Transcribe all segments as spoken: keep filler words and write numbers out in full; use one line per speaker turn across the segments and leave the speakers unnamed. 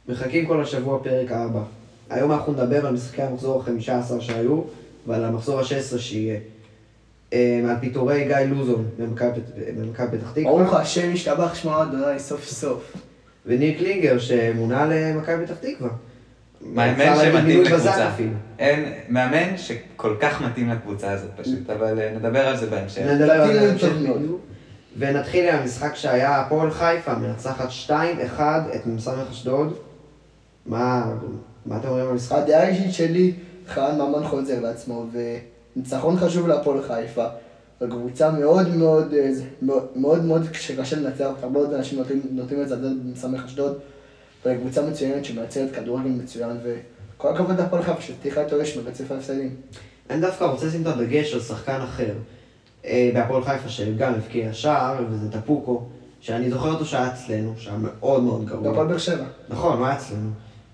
מחכים כל השבוע פרק ארבע. היום אנחנו נדבר על משחקי המחזור ה-חמישה עשר שהיו, ועל המחזור ה-שש עשרה שיהיה. על פיטורי גיא לוזון במכבי פתח תקווה.
ברוך השם השתבח שמו אדוני סוף סוף.
וניר קלינגר שמונה למכבי פתח תקווה.
מאמן שמתאים לקבוצה. אין מאמן שכל כך מתאים לקבוצה הזאת פשוט, אבל נדבר על זה בהמשך.
נדבר על זה בהמשך. ונתחיל עם המשחק שהיה הפועל חיפה, מנצחת שתיים אחד את ממסמך אשדוד. מה, מה אתם אומרים על המשחק?
הדעה האישית שלי, חרן ממן חוזר לעצמו, וניצחון חשוב להפועל חיפה. הקבוצה מאוד מאוד, מאוד מאוד שקשה לנצח, הרבה מאוד אנשים נוטים לזלזל במסמך אשדוד, וקבוצה מצוינת שמייצרת כדורגל מצוין, וכל הכבוד להפועל חיפה שתיכה את עורש מרצף ההפסדים.
אני דווקא רוצה לשים את הדגש על שחקן אחר. בהפועל חיפה שגם הבקיע שער, וזה טפוקו, שאני זוכר אותו שהיה אצלנו, שהיה מאוד מאוד גרוע.
בהפועל באר שבע.
נכון, הוא היה אצלנו.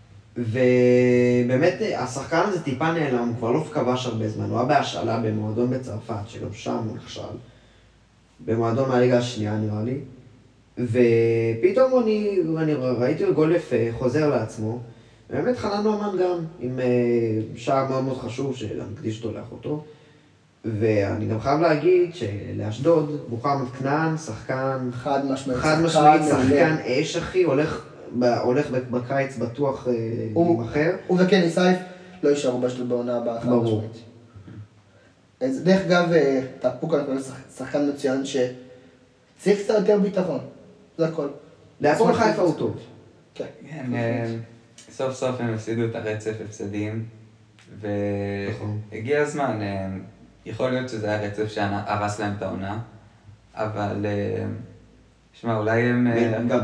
ובאמת השחקן הזה טיפה נעלם, הוא כבר לא כבש הרבה זמן, הוא היה בהשאלה במועדון בצרפת, שגם שם הוא נכשל. במועדון מהליגה השנייה נראה לי. ופתאום אני, אני ראיתי גול יפה, חוזר לעצמו. באמת חנן נומן גם, עם שער מאוד מאוד חשוב, שגם הקדיש אותו לאחותו. ואני גם חייב להגיד שלאשדוד, מוחמד כנען, שחקן
חד משמעית,
חד משמעית, שחקן אש אחי, הולך, הולך בקיץ בטוח עם אחר.
הוא וקני סייף לא יישארו באשדוד בעונה הבאה, חד משמעית. אז דרך אגב, טפוקו אנחנו שחקן מצוין שצריך קצת יותר ביטחון, זה הכל.
להפועל חיפה הוא טוב.
כן.
סוף סוף הם הפסידו את הרצף הפסדים, והגיע הזמן. יכול להיות שזה היה רצף שהרס להם את העונה, אבל שמע, אולי הם
גם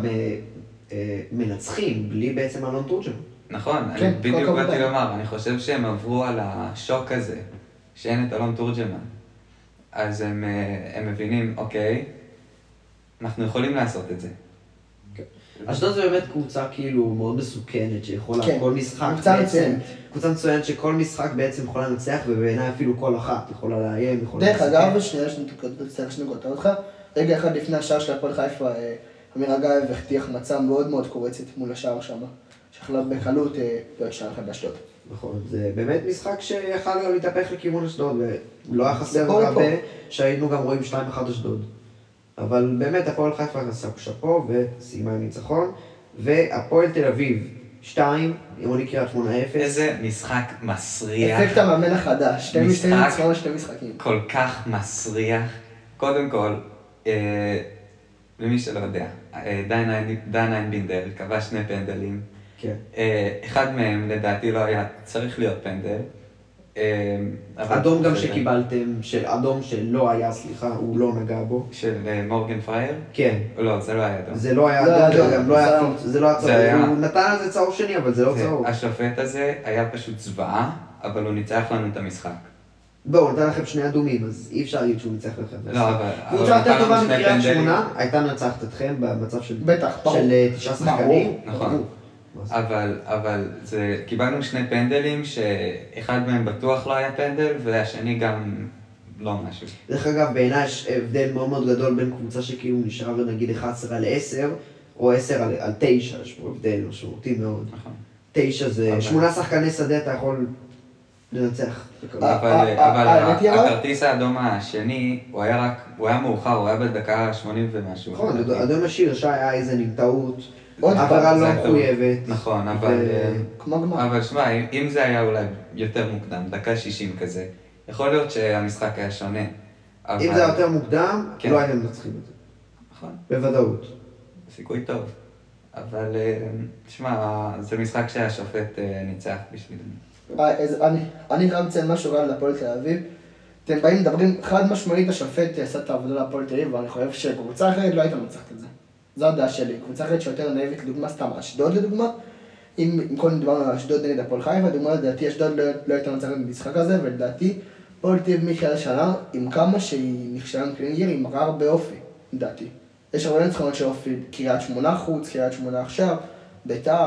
מנצחים בלי בעצם אלון תורג'מן.
נכון, אני בדיוק באתי לומר, אני חושב שהם עברו על השוק הזה, שאין את אלון תורג'מן. אז הם מבינים, אוקיי, אנחנו יכולים לעשות את זה.
אשדוד זה באמת קבוצה כאילו מאוד מסוכנת, שיכולה כל משחק
קבוצה מצוינת.
קבוצה מצוינת שכל משחק בעצם יכולה לנצח, ובעיניי אפילו כל אחת יכולה לאיים, יכולה
דרך אגב, שנייה שנגעת אותך, רגע אחד לפני השער של הפועל חיפה, אמיר אגייב הבטיח מצב מאוד מאוד קורצת מול השער שם, שיכלה בקלות לא ישער אחד באשדוד.
נכון, זה באמת משחק שיכל גם להתהפך לכיוון אשדוד, ולא היה חסר הרבה שהיינו גם רואים שתיים אחד אשדוד. אבל באמת הפועל חיפה עשה שפו וסיימה עם ניצחון, והפועל תל אביב שתיים, עירוני קריית שמונה אפס.
איזה משחק מסריח.
אפקט המאמן החדש, שתי ניצחונות, שתי משחקים.
כל כך מסריח. קודם כל, למי שלא יודע, דן איינבינדר כבש שני פנדלים.
כן.
אחד מהם לדעתי לא היה צריך להיות פנדל.
אדום גם שקיבלתם, של אדום שלא היה, סליחה, הוא לא נגע בו.
של מורגן פרייר?
כן.
לא, זה לא היה אדום.
זה לא היה אדום, גם לא היה צהוב, זה לא היה צהוב. הוא נתן על זה צהוב שני, אבל זה לא צהוב.
השופט הזה היה פשוט זוועה, אבל הוא ניצח לנו את המשחק.
בואו, הוא נתן לכם שני אדומים, אז אי אפשר להגיד שהוא ניצח לכם.
לא, אבל...
קבוצה יותר טובה מקריית שמונה, הייתה נצחת אתכם במצב של...
בטח,
של תשעה שחקנים.
נכון. אבל, אבל זה, קיבלנו שני פנדלים שאחד מהם בטוח לא היה פנדל והשני גם לא משהו.
דרך אגב, בעיניי יש הבדל מאוד מאוד גדול בין קבוצה שכאילו נשאר נגיד אחת עשרה על עשר או עשר על, על תשע, יש פה הבדל משמעותי מאוד.
נכון.
תשע זה, אבל... שמונה שחקני שדה אתה יכול לנצח.
אבל, אבל הכרטיס האדום השני, הוא היה רק, הוא היה מאוחר, הוא היה בדקה שמונים ומשהו.
נכון, אדום השיר שהיה איזה עם טעות. עברה לא מחויבת.
נכון, אבל שמע, אם זה היה אולי יותר מוקדם, דקה שישים כזה, יכול להיות שהמשחק היה שונה.
אם זה יותר מוקדם, לא הייתם מנצחים את זה.
נכון.
בוודאות.
סיכוי טוב. אבל, שמע, זה משחק שהשופט ניצח בשבילנו.
אני חייב לציין משהו רע להפועל תל אביב. אתם באים מדברים, חד משמעית השופט עשה את העבודה להפועל תל אביב, ואני חושב שקבוצה אחרת לא הייתה מנצחת את זה. זו הדעה שלי, קבוצה אחרת שיותר נאבקת, לדוגמה סתם אשדוד לדוגמה, אם, אם כל נדברנו על אשדוד נגד הפועל חיפה, דוגמה לדעתי אשדוד לא, לא הייתה נצחת במשחק הזה, ולדעתי הפועל תל אביב מתחילת השנה, עם כמה שהיא נכשלה עם קלינגר, היא מראה הרבה אופי, לדעתי. יש הרבה ניצחונות של אופי, קריית שמונה חוץ, קריית שמונה עכשיו, בית"ר.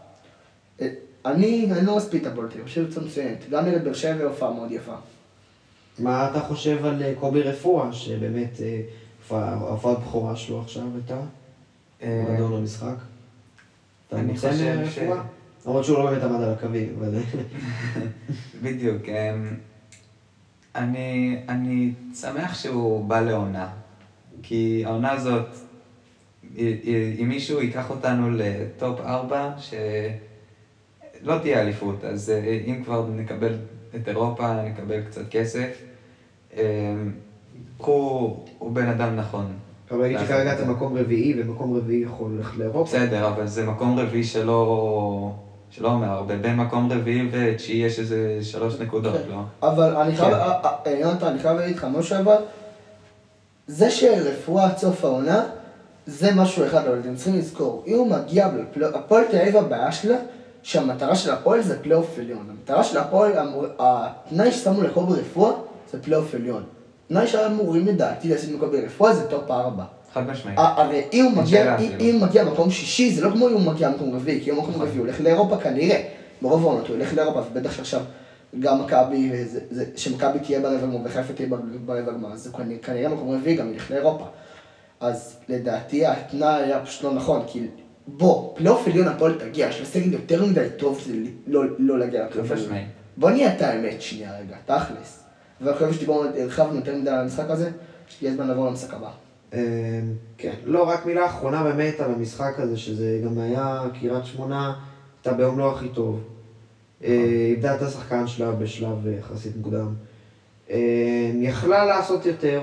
אני, אני לא מספיק את הפועל תל אביב, אני חושב שזה מצוינת, גם נגד באר שבע הופעה מאוד יפה.
מה אתה חושב על קובי רפואה, שבאמת הופעת בכורה שלו עכשיו הייתה? מועדון למשחק? אתה
אני
מוצא
חושב
רפואה? למרות שהוא לא באמת עמד על הקווים, אבל...
בדיוק. אמ, אני, אני שמח שהוא בא לעונה, כי העונה הזאת, אם מישהו ייקח אותנו לטופ ארבע, שלא תהיה אליפות, אז אם כבר נקבל את אירופה, נקבל קצת כסף, הוא, הוא בן אדם נכון.
אבל להגיד שכרגע אתה מקום רביעי, ומקום רביעי יכול ללכת לאירופה.
בסדר, אבל זה מקום רביעי שלא... שלא אומר הרבה, בין מקום רביעי ותשיעי יש איזה שלוש נקודות, לא?
אבל אני חייב, יונתן, אני חייב להגיד לך משהו אבל, זה שרפואה עד סוף העונה, זה משהו אחד, אבל אתם צריכים לזכור, אם הוא מגיע, הפועל תל אביב הבעיה שלה, שהמטרה של הפועל זה פלייאוף עליון. המטרה של הפועל, התנאי ששמו לכל ברפואה זה פלייאוף עליון. התנאי שאמורים לדעתי לשים לכל ברפואה זה טופ ארבע.
חד משמעית.
הרי אם הוא מגיע מקום שישי, זה לא כמו אם הוא מגיע מקום רביעי, כי אם מקום רביעי הוא הולך לאירופה כנראה, ברוב העונות הוא הולך לאירופה, ובטח שעכשיו גם מכבי, שמכבי תהיה ברבע גמר וחיפה תהיה ברבע גמר, אז זה כנראה מקום רביעי גם ילך לאירופה. אז לדעתי התנאי היה פשוט לא נכון, כי בוא, פלייאוף עליון הפועל תגיע, יש לסגל יותר מדי טוב זה לא להגיע לפלייאוף עליון. בוא נהיה את האמת שנייה רגע, תכלס. ואני חושב שדיברנו, הרחבנו יותר מדי על המשחק הזה, שיהיה זמן לעבור למשחק הבא.
כן, לא, רק מילה אחרונה באמת על המשחק הזה, שזה גם היה קריית שמונה, הייתה ביום לא הכי טוב. איבדה את השחקן שלה בשלב יחסית מוקדם. יכלה לעשות יותר.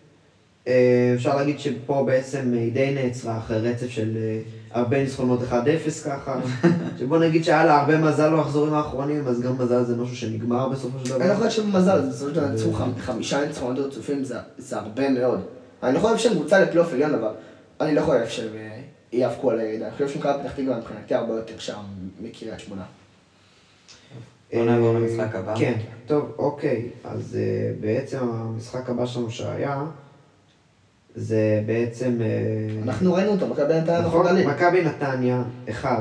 אפשר להגיד שפה בעצם היא די נעצרה אחרי רצף של הרבה ניצחונות אחד אפס ככה. שבוא נגיד שהיה לה הרבה מזל במחזורים האחרונים, אז גם מזל זה משהו שנגמר בסופו של דבר.
אני לא חושב שבמזל, זה בסופו של דבר נצחו חמישה ניצחונות רצופים, זה הרבה מאוד. אני לא חושב שהם קבוצה לפלייאוף עליון, אבל אני לא חושב שהם יאבקו על הירידה. אני חושב שמכבי פתח תקווה מבחינתי הרבה יותר שם מקריית שמונה.
בוא נעבור למשחק הבא.
כן, טוב, אוקיי. אז בעצם המשחק הבא שלנו שהיה, זה בעצם...
אנחנו ראינו אותו, מכבי נתניה נוף הגליל.
מכבי נתניה, אחד.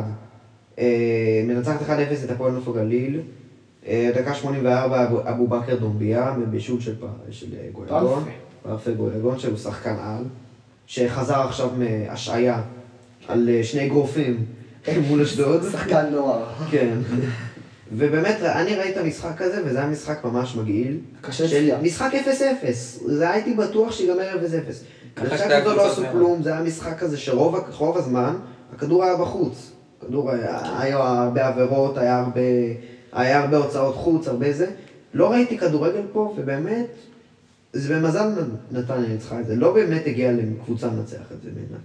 מנצחת אחד אפס את הפועל נוף הגליל. דקה שמונים וארבע, אבו בכר דומביה, מבישול של גויגון. פרפה גויגון, שהוא שחקן על, שחזר עכשיו מהשעיה על שני גרופים מול אשדוד.
שחקן נוער.
כן. ובאמת, אני ראיתי את המשחק הזה, וזה היה משחק ממש מגעיל.
קשה שנייה.
משחק אפס אפס. זה הייתי בטוח שיגמר אפס אפס. המשחק הזה לא עשו כלום, זה היה משחק כזה שרוב הזמן, הכדור היה בחוץ. הכדור היה הרבה עבירות, היה הרבה, היה הרבה הוצאות חוץ, הרבה זה. לא ראיתי כדורגל פה, ובאמת, זה במזל נתניה ניצחה את זה. לא באמת הגיע לקבוצה לנצח את זה בעיניי.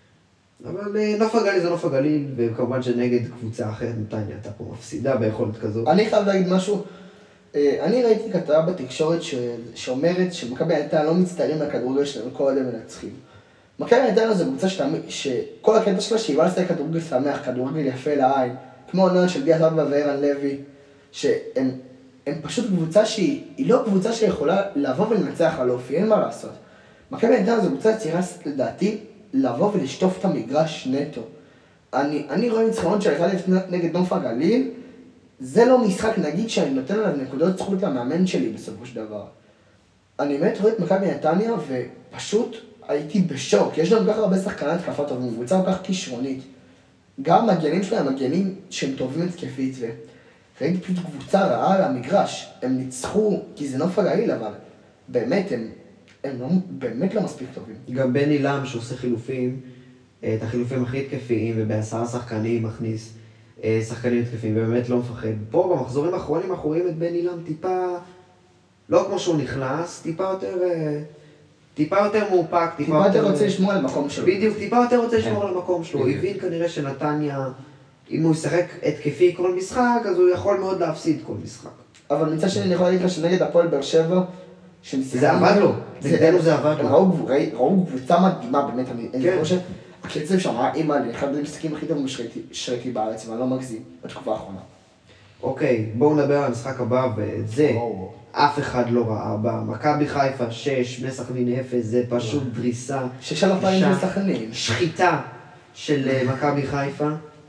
אבל נוף הגליל זה נוף הגליל, וכמובן שנגד קבוצה אחרת נתניה הייתה פה מפסידה ביכולת כזאת.
אני חייב להגיד משהו. אני ראיתי כתבה בתקשורת שאומרת שמכבי נתניה לא מצטערים מהכדורגל שלנו כל עדיין מנצחים. מכבי נתניה זו קבוצה שכל הקטע שלה שהיא באה לשחק כדורגל שמח, כדורגל יפה לעין, כמו עונה של דיה סבא וערן לוי, שהם פשוט קבוצה שהיא לא קבוצה שיכולה לבוא ולנצח על אופי, אין מה לעשות. מכבי נתניה זו קבוצה צעירה לדעתי לבוא ולשטוף את המגרש נטו. אני, אני רואה ניצחונות של אחד נגד נוף הגליל, זה לא משחק, נגיד שאני נותן עליו נקודות זכות למאמן שלי בסופו של דבר. אני באמת רואה את מכבי נתניה ופשוט הייתי בשוק. יש גם כך הרבה שחקני התקפה טובים, קבוצה כל כך כישרונית. גם המגנים שלהם, המגנים שהם טובים התקפית, וראיתי פשוט קבוצה רעה על המגרש. הם ניצחו, כי זה נוף הגליל, אבל באמת הם, הם לא, באמת לא מספיק טובים.
גם בני לם שעושה חילופים, את החילופים הכי התקפיים, ובעשרה שחקנים מכניס שחקנים התקפיים, ובאמת לא מפחד. פה במחזורים האחרונים אנחנו רואים את בני לם טיפה, לא כמו שהוא נכנס, טיפה יותר, טיפה יותר מאופק,
טיפה יותר רוצה לשמור על המקום שלו.
בדיוק, טיפה יותר רוצה לשמור על המקום שלו. הוא הבין כנראה שנתניה, אם הוא ישחק התקפי כל משחק, אז הוא יכול מאוד להפסיד כל משחק.
אבל מצד שני אני יכול להגיד לך שנגד הפועל באר שבע,
זה עבד לו, נגדנו זה עבד לו.
ראו קבוצה מדהימה, באמת, אני חושב הקצב שם היה אימא לי, אחד המשחקים הכי טובים שראיתי בארץ, ואני לא מגזים, בתקופה האחרונה.
אוקיי, בואו נדבר על המשחק הבא, ואת זה אף אחד לא ראה בה. מכבי חיפה שש, בני סכנין אפס, זה פשוט דריסה.
שש על הפעמים בני סכנין.
שחיטה של מכבי חיפה.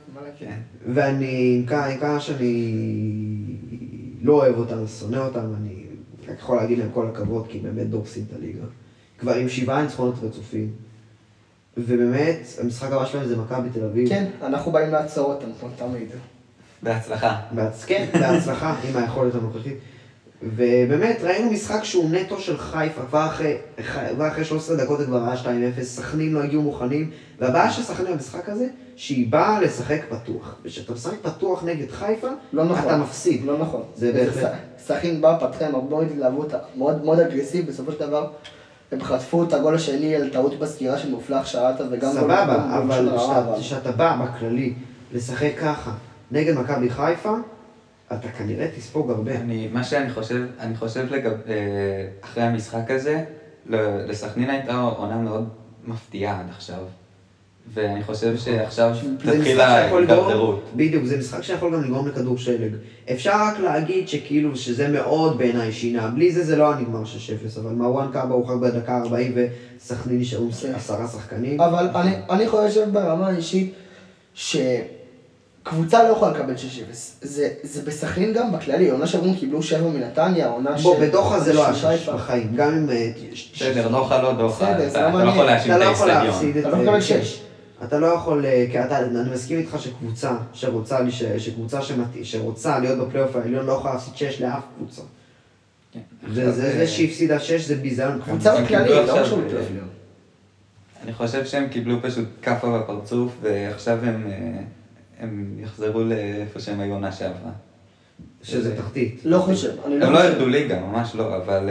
ואני, כמה שאני לא אוהב אותם, שונא אותם, אני יכול להגיד להם כל הכבוד, כי באמת דורסים את הליגה. כבר עם שבעה ניצחונות רצופים. ובאמת, המשחק הבא שלהם זה מכבי תל אביב.
כן, אנחנו באים לעצור אותם, כמו תמיד.
בהצלחה.
בהצ... כן, בהצלחה עם היכולת הנוכחית. ובאמת, ראינו משחק שהוא נטו של חיפה, כבר אחרי, כבר אחרי שלוש עשרה דקות זה כבר היה שתיים אפס, סכנין לא הגיעו מוכנים, והבעיה של סכנין במשחק הזה, שהיא באה לשחק פתוח. וכשאתה משחק פתוח נגד חיפה,
לא נכון.
אתה מפסיד.
לא נכון.
זה בהחלט.
סכנין בא, פתחה, הם הרבה מאוד התלהבות, מאוד מאוד אגרסיב, בסופו של דבר, הם חטפו את הגול השני על טעות בסגירה של מופלח שעתה, וגם גול...
סבבה, אבל כשאתה בא בכללי לשחק ככה נגד מכבי חיפה, אתה כנראה תספוג הרבה.
אני, מה שאני חושב, אני חושב לגב, אחרי המשחק הזה, לסכנין הייתה עונה מאוד מפתיעה עד עכשיו. ואני חושב שעכשיו תתחיל ההידרדרות.
בדיוק, זה משחק שיכול גם לגרום לכדור שלג. אפשר רק להגיד שכאילו שזה מאוד בעיניי שינה. בלי זה זה לא הנגמר שש אפס, אבל מרואן קאבה הורחק בדקה ארבעים וסכנין נשארו עשרה שחקנים.
אבל אני, אני חושב ברמה האישית ש... קבוצה לא יכולה לקבל שש אפס, זה, זה בסכנין גם בכללי, עונה שעברו קיבלו שבע מנתניה, עונה ש...
בוא, בדוחה זה לא השש בחיים, גם אם...
בסדר, דוחה לא דוחה,
בסדר,
אתה לא יכול להאשים את האצטדיון.
אתה לא מקבל שש.
אתה לא יכול, כי אתה, אני מסכים איתך שקבוצה שרוצה, שקבוצה שרוצה להיות בפלייאוף העליון לא יכולה להפסיד שש לאף קבוצה. וזה שהפסידה שש זה ביזיון.
קבוצה בכללי, לא משהו בפלייאוף העליון.
אני חושב שהם קיבלו פשוט כאפה בפרצוף, ועכשיו הם... הם יחזרו לאיפה שהם היו עונה שעברה.
שזה תחתית.
לא חושב.
הם לא ירדו ליגה, ממש לא, אבל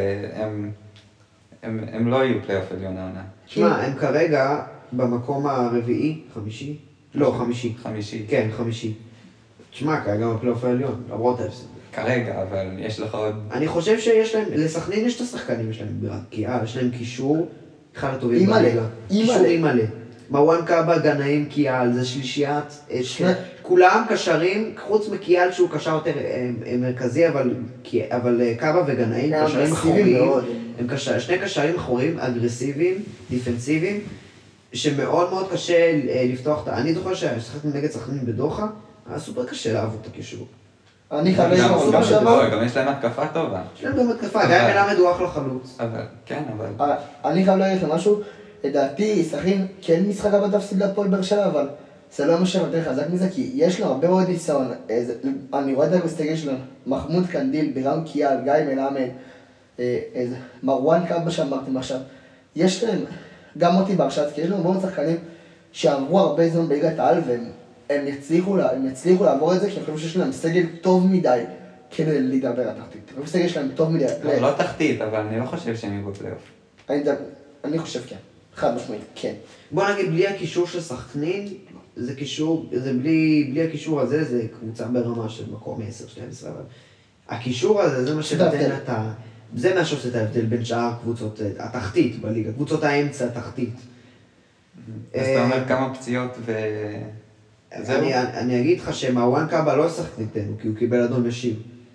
הם לא יהיו פלייאוף עליון העונה.
תשמע, הם כרגע במקום הרביעי, חמישי? לא, חמישי.
חמישי.
כן, חמישי. תשמע, כרגע בפלייאוף העליון, למרות ההפסד.
כרגע, אבל יש לך עוד...
אני חושב שיש להם, לסכנין יש את השחקנים, יש להם בירה, יש להם קישור, אחד הטובים בליגה. קישור עם מלא. מרואן קאבה, גנאים, קיאל, זה שלישיית, כולם קשרים, חוץ מקיאל שהוא קשר יותר מרכזי, אבל קאבה וגנאים קשרים אחוריים, הם שני קשרים אחוריים, אגרסיביים, דיפנסיביים, שמאוד מאוד קשה לפתוח, אני זוכר שהשחקנו נגד סכנין בדוחה, היה סופר קשה לעבוד את הקישור.
אני חייב להגיד מה שעבר.
גם יש להם התקפה טובה.
יש להם גם התקפה, גם אם מלמד הוא אחלה חלוץ.
כן, אבל...
אני חייב להגיד לך משהו, לדעתי, סכנין כן משחק הבא תפסיד להפועל באר שבע, אבל זה לא משהו יותר חזק מזה, כי יש לו הרבה מאוד ניסיון. אני רואה את הגוסטגל שלנו, מחמוד קנדיל, בירם קיאל, גיא מלמד, מרואן קאבה שאמרתם עכשיו. יש להם, גם מוטי ברשצקי, יש להם מאוד שחקנים שעברו הרבה זמן בליגת העל, והם יצליחו, הם יצליחו לעבור את זה, כי אני חושב שיש להם סגל טוב מדי כדי להידבר התחתית. אני חושב שיש להם טוב מדי.
לא תחתית, אבל אני לא חושב שהם יהיו בפלייאוף.
אני חושב כן. חד משמעית, כן.
בוא נגיד, בלי הקישור של סכנין, זה קישור, זה בלי, בלי הקישור הזה, זה קבוצה ברמה של מקום עשר שתים עשרה, אבל הקישור הזה, זה מה שנותן את ה... זה מה שעושה את ההבדל בין שאר קבוצות, התחתית בליגה, קבוצות האמצע, התחתית.
אז אתה אומר כמה פציעות ו...
אני, אני אגיד לך שמרואן קאבה לא ישחק נגדנו, כי הוא קיבל אדום ישיר.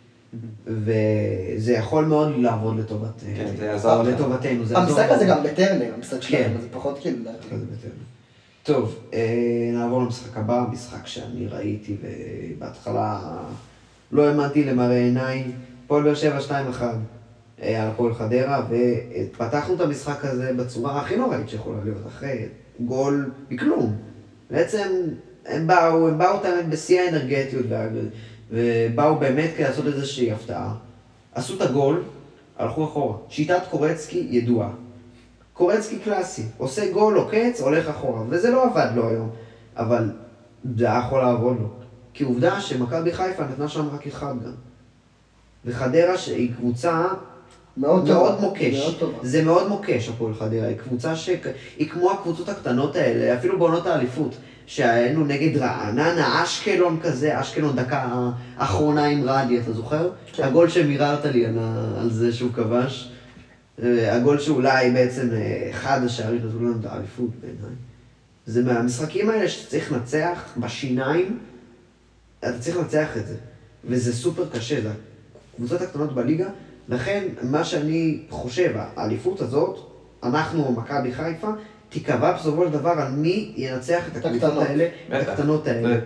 וזה יכול מאוד לעבוד לטובת...
כן, זה יעזור
לטובתנו.
המשחק הזה גם בטרנר, המשחק שלהם, זה פחות כאילו...
טוב, נעבור למשחק הבא, משחק שאני ראיתי ובהתחלה לא האמנתי למראה עיניים. הפועל באר שבע שתיים אחת על הפועל חדרה, ופתחנו את המשחק הזה בצורה הכי נוראית שיכולה להיות, אחרי גול מכלום. בעצם הם באו, הם באו תמיד בשיא האנרגטיות ובאו באמת כדי לעשות איזושהי הפתעה. עשו את הגול, הלכו אחורה. שיטת קורצקי ידועה. קורצקי קלאסי, עושה גול, לוקץ, הולך אחורה, וזה לא עבד לו היום, אבל זה היה יכול לעבוד לו. כי עובדה שמכבי חיפה נתנה שם רק אחד גם. וחדרה שהיא קבוצה מאוד, מאוד מוקש. מאוד זה מאוד מוקש, הפועל חדרה. היא קבוצה שהיא כמו הקבוצות הקטנות האלה, אפילו בעונות האליפות, שהיינו נגד רעננה, אשקלון כזה, אשקלון דקה האחרונה עם רדי, אתה זוכר? כן. הגול שמיררת לי על, על זה שהוא כבש. הגול שאולי בעצם אחד השערים נתנו לנו את האליפות בעיניי. זה מהמשחקים האלה שאתה צריך לנצח בשיניים, אתה צריך לנצח את זה. וזה סופר קשה, זה הקבוצות הקטנות בליגה. לכן, מה שאני חושב, האליפות הזאת, אנחנו, מכבי חיפה, תיקבע בסופו של דבר על מי ינצח את הקבוצות האלה, את הקטנות האלה.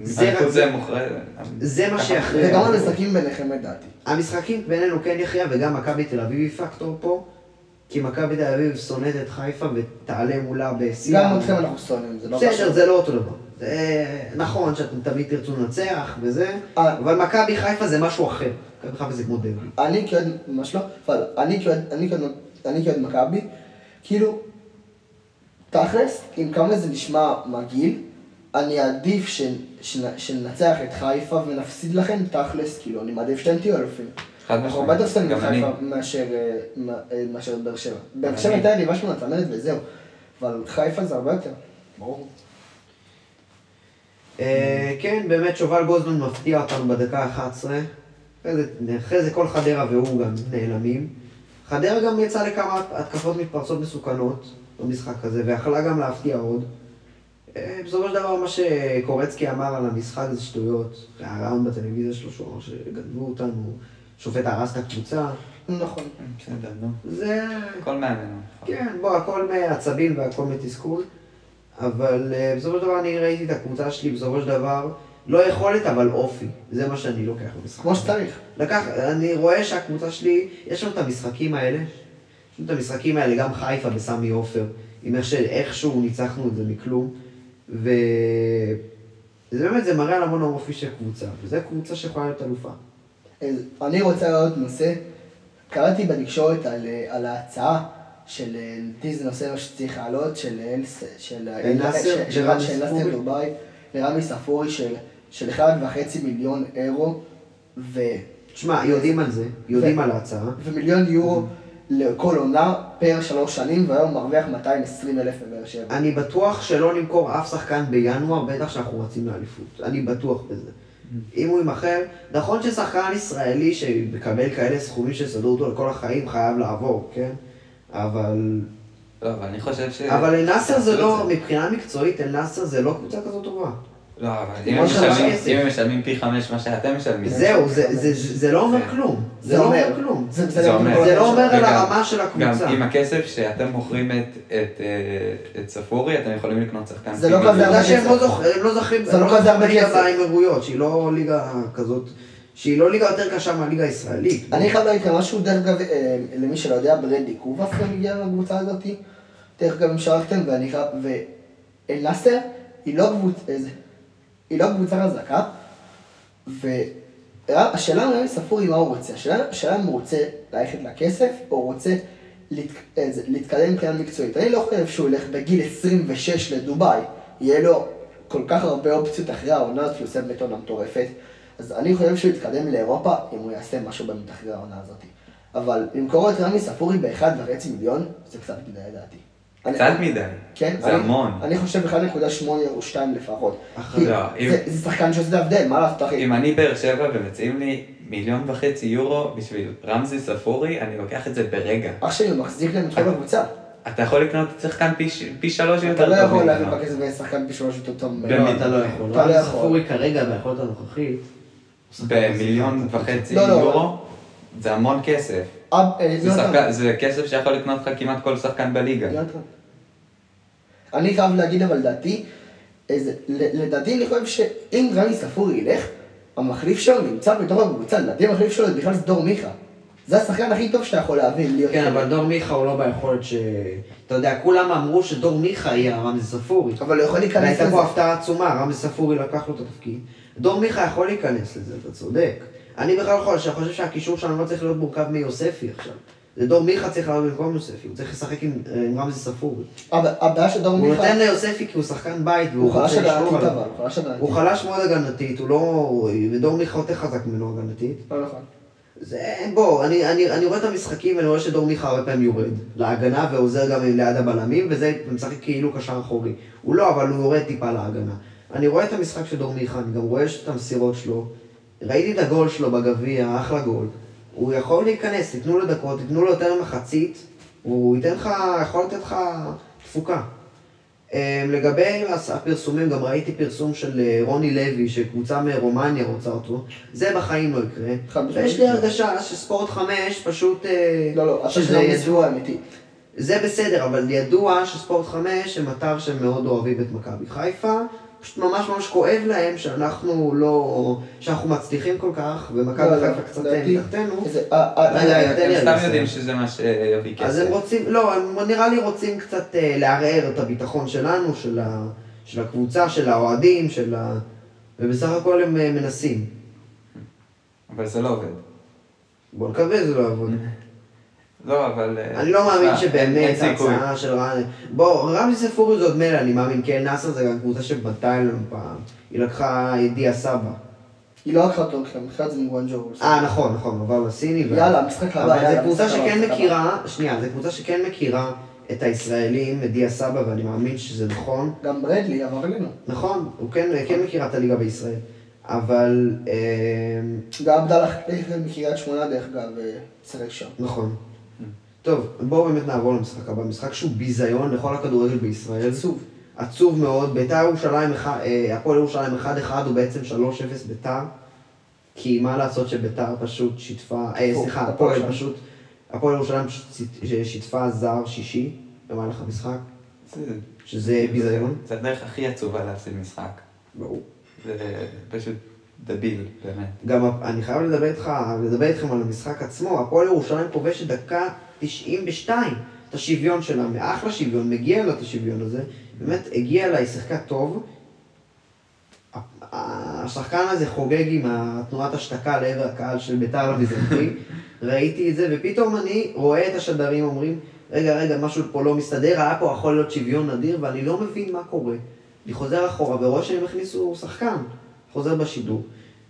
זה מה שיכריע.
וגם המשחקים ביניכם לדעתי.
המשחקים בינינו כן יכריע, וגם מכבי תל אביב פקטור פה. כי מכבי תל אביב שונאת את חיפה ותעלה מולה בשיא.
גם אתכם אנחנו שונאים, זה לא
בסדר, זה לא אותו דבר. זה נכון שאתם תמיד תרצו לנצח וזה, אבל מכבי חיפה זה משהו אחר. מכבי חיפה זה כמו דרבי.
אני כאוהד, ממש לא, אבל אני כאוהד, אני כאוהד, אני כאוהד מכבי, כאילו, תכלס, עם כמה זה נשמע מגעיל, אני עדיף שננצח את חיפה ונפסיד לכם תכלס, כאילו, אני מעדיף שאתם תהיו אלופים.
חד
אנחנו
משמעית.
הרבה יותר שונאים את
גם אני.
חיפה מאשר מאשר באר שבע. באר שבע הייתה יריבה שלנו לצמרת וזהו, אבל חיפה זה הרבה יותר, ברור.
כן, באמת שובל גוזמן מפתיע אותנו בדקה אחת עשרה. אחרי זה כל חדרה והוא גם נעלמים. חדרה גם יצא לכמה התקפות מתפרצות מסוכנות במשחק הזה, ויכלה גם להפתיע עוד. בסופו של דבר מה שקורצקי אמר על המשחק זה שטויות. הרעיון בטלוויזיה שלו שהוא אמר שגנבו אותנו, שופט הרס את הקבוצה.
נכון.
בסדר, נו.
זה...
הכל מאמן.
כן, בוא, הכל מעצבים והכל מתסכול. אבל בסופו של דבר אני ראיתי את הקבוצה שלי בסופו של דבר, לא יכולת אבל אופי. זה מה שאני לוקח במשחק.
כמו שצריך.
לקח, אני רואה שהקבוצה שלי, יש לנו את המשחקים האלה, יש לנו את המשחקים האלה, גם חיפה בסמי עופר, עם איך שאיכשהו ניצחנו את זה מכלום, וזה באמת, זה מראה על המון אופי של קבוצה, וזו קבוצה שיכולה להיות אלופה.
אני רוצה לראות נושא, קראתי בתקשורת על, על ההצעה של נתיז נושא שצריך לעלות, של נאסר דובאי, לרמי ספורי של, של אחד וחצי מיליון אירו, ו...
תשמע, יודעים על זה, יודעים ו... על ההצעה.
ומיליון יורו לכל עונה פר שלוש שנים, והיום מרוויח מאתיים ועשרים אלף בבאר שבע.
אני בטוח שלא נמכור אף שחקן בינואר, בטח שאנחנו רצים לאליפות. אני בטוח בזה. אם הוא ימכר, נכון ששחקן ישראלי שמקבל כאלה סכומים שסדרו אותו לכל החיים חייב לעבור, כן? אבל...
לא, אבל אני חושב ש...
אבל אל-נאסר זה לא, מבחינה מקצועית, אל-נאסר זה לא קבוצה כזאת טובה.
לא, אבל אם הם משלמים פי חמש מה שאתם משלמים...
זהו, זה לא אומר כלום. זה לא אומר כלום.
זה לא
אומר על הרמה של הקבוצה.
גם עם הכסף שאתם מוכרים את ספורי, אתם יכולים לקנות שחקן.
זה לא כזה הרבה
כסף. הם לא זוכרים,
זה לא כזה הרבה כסף.
באמירויות, שהיא לא ליגה כזאת, שהיא לא ליגה יותר קשה מהליגה הישראלית.
אני חייב להגיד משהו, דרך אגב, למי שלא יודע, ברנדי קובאס גם הגיע לקבוצה הזאת, דרך אגב, אם שרחתם, ואני חייב, ואל-נאסר היא לא קבוצה, היא לא קבוצה חזקה, והשאלה מרמי ספורי מה הוא רוצה, השאלה אם הוא רוצה ללכת לכסף, או הוא רוצה להתקדם מבחינה מקצועית. אני לא חושב שהוא ילך בגיל עשרים ושש לדובאי, יהיה לו כל כך הרבה אופציות אחרי העונה, כי הוא עושה באמת עונה מטורפת, אז אני חושב שהוא יתקדם לאירופה אם הוא יעשה משהו באמת אחרי העונה הזאת. אבל למכור את רמי ספורי באחד וחצי מיליון, זה קצת מדי לדעתי.
קצת מדי,
כן?
זה המון.
אני חושב אחד נקודה שמונה או שתיים לפחות.
לא,
זה שחקן שעושה את ההבדל, מה לעשות אחי?
אם אני באר שבע ומציעים לי מיליון וחצי יורו בשביל רמזי ספורי, אני לוקח את זה ברגע.
אח שלי, הוא מחזיק להם את כל הקבוצה.
אתה יכול לקנות שחקן פי שלוש יותר
טוב. אתה לא יכול להביא
ממנו.
בכסף שחקן פי שלוש יותר טוב.
באמת אתה לא יכול.
אתה לא יכול.
ספורי כרגע ביכולת הנוכחית.
במיליון וחצי
לא, לא.
יורו, זה המון כסף.
אה,
זה
לא
שחקן- זה כסף שיכול לקנות לך כמעט כל שחקן בליגה.
אני חייב להגיד אבל דעתי, איזה- ל- לדעתי אני חושב שאם רמי ספורי ילך, המחליף שלו נמצא בתוך הקבוצה, לדעתי המחליף שלו בכלל זה דור מיכה. זה השחקן הכי טוב שאתה יכול להבין. להיות
כן,
חלק.
אבל דור מיכה הוא לא ביכולת ש... אתה יודע, כולם אמרו שדור מיכה יהיה רמזי ספורי.
אבל הוא יכול להיכנס
והייתה
לזה.
פה הפתעה עצומה, רמזי ספורי לקח לו את התפקיד. דור מיכה יכול להיכנס לזה, אתה צודק. אני בכלל חושב, שאני חושב שהקישור שלנו לא צריך להיות מורכב מיוספי עכשיו. זה דור מיכה צריך לעלות במקום יוספי, הוא צריך לשחק עם, עם רמזי ספורי.
אבל הבעיה של דור
הוא
מיכה,
נותן ליוספי כי הוא שחקן בית והוא
הוא חלש
רוצה לשמור
הגנתית
עליו.
אבל, הוא חלש הגנתית.
הוא חלש מאוד הגנתית, הוא לא... ודור מיכה יותר חזק ממנו הגנתית.
לא נכון.
זה, בוא, אני, אני, אני רואה את המשחקים ואני רואה שדור מיכה הרבה פעמים יורד להגנה ועוזר גם ליד הבלמים וזה משחק כאילו קשר אחורי. הוא לא, אבל הוא יורד טיפה להגנה. אני רואה את המשחק של דור מיכה, אני גם רואה את המסירות שלו. ראיתי את הגול שלו בגביע, אחלה גול. הוא יכול להיכנס, תיתנו לו דקות, תיתנו לו יותר מחצית, הוא ייתן לך, יכול לתת לך תפוקה. לגבי הפרסומים, גם ראיתי פרסום של רוני לוי, שקבוצה מרומניה רוצה אותו, זה בחיים לא יקרה. ויש לי הרגשה שספורט חמש פשוט...
לא, לא, אתה שלא ידוע אמיתי.
זה בסדר, אבל ידוע שספורט חמש הם אתר שהם מאוד אוהבים את מכבי חיפה, פשוט ממש ממש כואב להם שאנחנו לא, שאנחנו מצליחים כל כך, ומכבי חיפה קצת מתחתנו.
הם סתם יודעים שזה מה שיביא כסף.
אז הם רוצים, לא, הם נראה לי רוצים קצת לערער את הביטחון שלנו, של הקבוצה, של האוהדים, של ה... ובסך הכל הם מנסים.
אבל זה לא עובד.
בוא נקווה זה לא עבוד.
לא, אבל...
אני לא מאמין שבאמת ההצעה של רמי... בוא, רמי ספורי זה עוד מלא, אני מאמין, כן, נאסר זה גם קבוצה שבנתה לנו פעם. היא לקחה ידיעה סבא.
היא לא לקחה אותו, היא לקחה את זה מגואנג'ו.
אה, נכון, נכון, עבר לסיני.
יאללה, משחק הבא,
אבל זו קבוצה שכן מכירה, שנייה, זו קבוצה שכן מכירה את הישראלים, את דיה סבא, ואני מאמין שזה נכון.
גם ברדלי עבר אלינו.
נכון, הוא כן מכירה את הליגה בישראל. אבל...
גם עבדאללה מקריית שמונה דרך אגב, שחק שם.
נכון. טוב, בואו באמת נעבור למשחק הבא. משחק שהוא ביזיון לכל הכדורגל בישראל.
עצוב.
עצוב מאוד. בית"ר ירושלים, הפועל ירושלים אחד אחד הוא בעצם שלוש אפס בית"ר. כי מה לעשות שבית"ר פשוט שיתפה, סליחה, הפועל פשוט, הפועל ירושלים פשוט שיתפה זר שישי במהלך המשחק. שזה ביזיון.
זה הדרך הכי עצובה להפסיד משחק.
ברור.
זה פשוט דביל, באמת.
גם אני חייב לדבר איתך, לדבר איתכם על המשחק עצמו. הפועל ירושלים כובשת דקה תשעים ושתיים. את השוויון שלה, מאחלה שוויון, מגיע לה את השוויון הזה. באמת, הגיע לה, היא שיחקה טוב. השחקן הזה חוגג עם התנועת השתקה לעבר הקהל של בית"ר לביזנטי. ראיתי את זה, ופתאום אני רואה את השדרים אומרים, רגע, רגע, משהו פה לא מסתדר, היה פה יכול להיות שוויון נדיר, ואני לא מבין מה קורה. אני חוזר אחורה, ורואה שהם הכניסו שחקן, חוזר בשידור.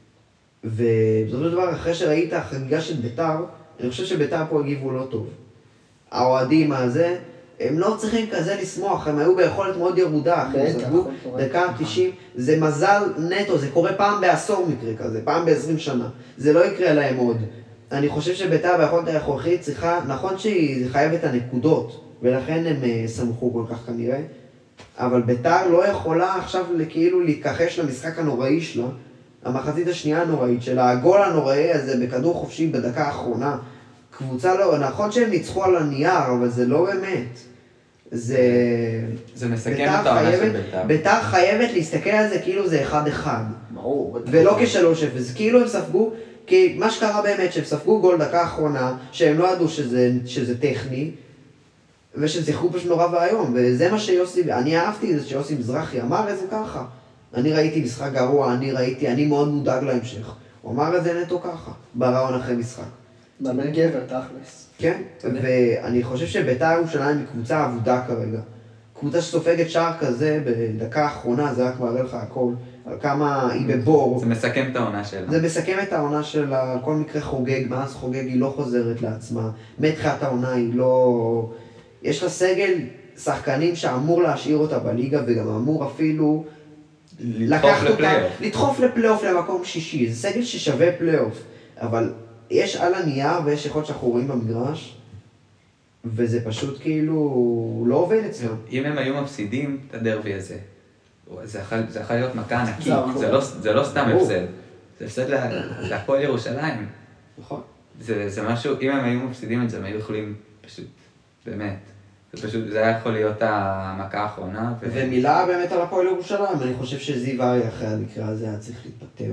ובזאת דבר, אחרי שראית החגיגה של בית"ר, אני חושב שבית"ר פה הגיבו לא טוב. האוהדים הזה, הם לא צריכים כזה לשמוח, הם היו ביכולת מאוד ירודה, הם סגרו דקה תשעים, זה מזל נטו, זה קורה פעם בעשור מקרה כזה, פעם בעשרים שנה, זה לא יקרה להם עוד. אני חושב שבית"ר ביכולת היכולתית צריכה, נכון שהיא חייבת הנקודות, ולכן הם סמכו כל כך כנראה, אבל בית"ר לא יכולה עכשיו כאילו להתכחש למשחק הנוראי שלה, המחצית השנייה הנוראית שלה, הגול הנוראי הזה בכדור חופשי בדקה האחרונה, קבוצה לא, נכון שהם ניצחו על הנייר, אבל זה לא באמת. זה...
זה מסכם את העונה של בית"ר.
בית"ר חייבת להסתכל על זה כאילו זה אחד אחד.
ברור.
ולא כשלוש אפס. כאילו הם ספגו, כי מה שקרה באמת, שהם ספגו גול דקה האחרונה, שהם לא ידעו שזה, שזה טכני, ושהם שיחקו פשוט נורא והיום. וזה מה שיוסי, אני אהבתי את זה שיוסי מזרחי אמר את זה ככה. אני ראיתי משחק גרוע, אני ראיתי, אני מאוד מודאג להמשך. הוא אמר את זה נטו ככה, ברעון אחרי משחק.
מאמן גבר, תכלס.
כן, ואני חושב שבית"ר ירושלים היא קבוצה עבודה כרגע. קבוצה שסופגת שער כזה בדקה האחרונה, זה רק מראה לך הכל, על כמה היא בבור.
זה מסכם את העונה שלה.
זה מסכם את העונה שלה, כל מקרה חוגג, מאז חוגג היא לא חוזרת לעצמה. מתחילת העונה היא לא... יש לה סגל שחקנים שאמור להשאיר אותה בליגה, וגם אמור אפילו...
לדחוף לפלייאוף.
לדחוף לפלייאוף למקום שישי, זה סגל ששווה פלייאוף, אבל יש על הנייר ויש יכולת שאנחנו רואים במגרש, וזה פשוט כאילו לא עובד אצלם.
אם הם היו מפסידים את הדרבי הזה, זה יכול להיות מכה ענקית, זה לא סתם הפסד, זה הפסד להפועל ירושלים.
נכון.
זה משהו, אם הם היו מפסידים את זה, הם היו יכולים פשוט, באמת. זה פשוט, זה היה יכול להיות המכה האחרונה.
ומילה באמת על הפועל ירושלים, אני חושב שזיו אריה אחרי המקרה הזה היה צריך להתפטר.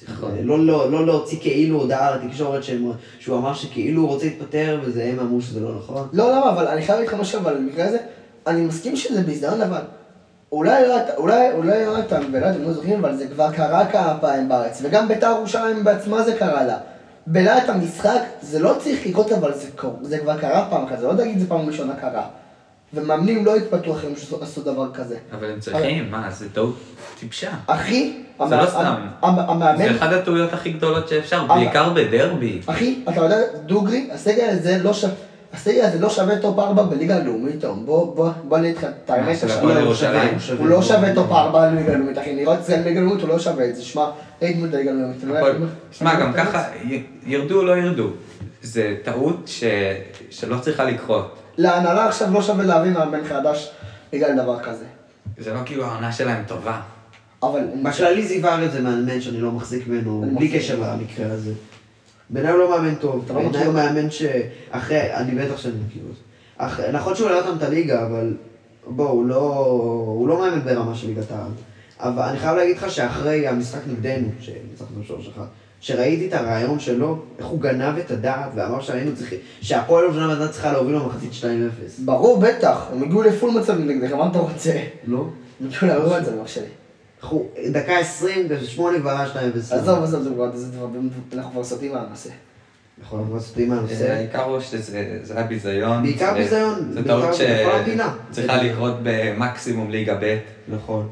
לא להוציא כאילו הודעה לתקשורת שהוא אמר שכאילו הוא רוצה להתפטר, וזה הם אמרו שזה לא נכון.
לא, למה? אבל אני חייב להתחיל משהו, אבל במקרה הזה, אני מסכים שזה בהזדמנות, אבל אולי לא אותם ולא אתם לא זוכרים, אבל זה כבר קרה כמה פעמים בארץ, וגם בית"ר ירושלים בעצמה זה קרה לה. בלעת המשחק, זה לא צריך לקרות, אבל זה, זה כבר קרה פעם כזה, לא תגיד זה פעם ראשונה קרה. ומאמנים לא התפתחו אחרים שעשו דבר כזה.
אבל הם צריכים, מה, זה טעות טיפשה.
אחי,
זה לא סתם. זה אחד הטעויות הכי גדולות שאפשר, בעיקר בדרבי.
אחי, אתה יודע, דוגרי, הסגל הזה לא שווה, הסגל הזה לא שווה טופ ארבע בליגה הלאומית, בוא נתחיל, תאמת הוא לא שווה טופ ארבע בליגה הלאומית, אחי, נראה את זה בליגה הלאומית, הוא לא שווה את זה, שמע, אין דמות בליגה הלאומית.
שמע, גם ככה, ירדו או לא ירדו, זה טעות שלא צריכה לקרות.
להנהלה עכשיו לא שווה להביא מאמן חדש בגלל דבר כזה.
זה לא כאילו העונה שלהם טובה.
אבל...
בכללי זיו אריה זה מאמן שאני לא מחזיק ממנו, בלי קשר למקרה הזה. בעיניי הוא לא מאמן טוב, בעיניי הוא מאמן שאחרי, אני בטח שאני מכיר אותו. נכון שהוא העלה אותם את הליגה, אבל בוא, הוא לא מאמן ברמה של ליגת העל. אבל אני חייב להגיד לך שאחרי המשחק נגדנו, שניצחנו שלוש אחת, שראיתי את הרעיון שלו, איך הוא גנב את הדעת ואמר שהיינו צריכים, שהפועל ירושלים הייתה צריכה להוביל לו מחצית שתיים אפס.
ברור, בטח, הם הגיעו לפול מצב נגדך, מה אתה רוצה?
לא?
הם הגיעו להרבה מצב, אח שלי.
דקה עשרים, שמונה כבר היה שתיים אפס.
עזוב, עזוב, זה כבר, אנחנו כבר סוטים מהנושא.
אנחנו כבר סוטים מהנושא.
העיקר הוא שזה היה ביזיון.
בעיקר ביזיון.
זו טעות שצריכה לקרות במקסימום ליגה ב'.
נכון.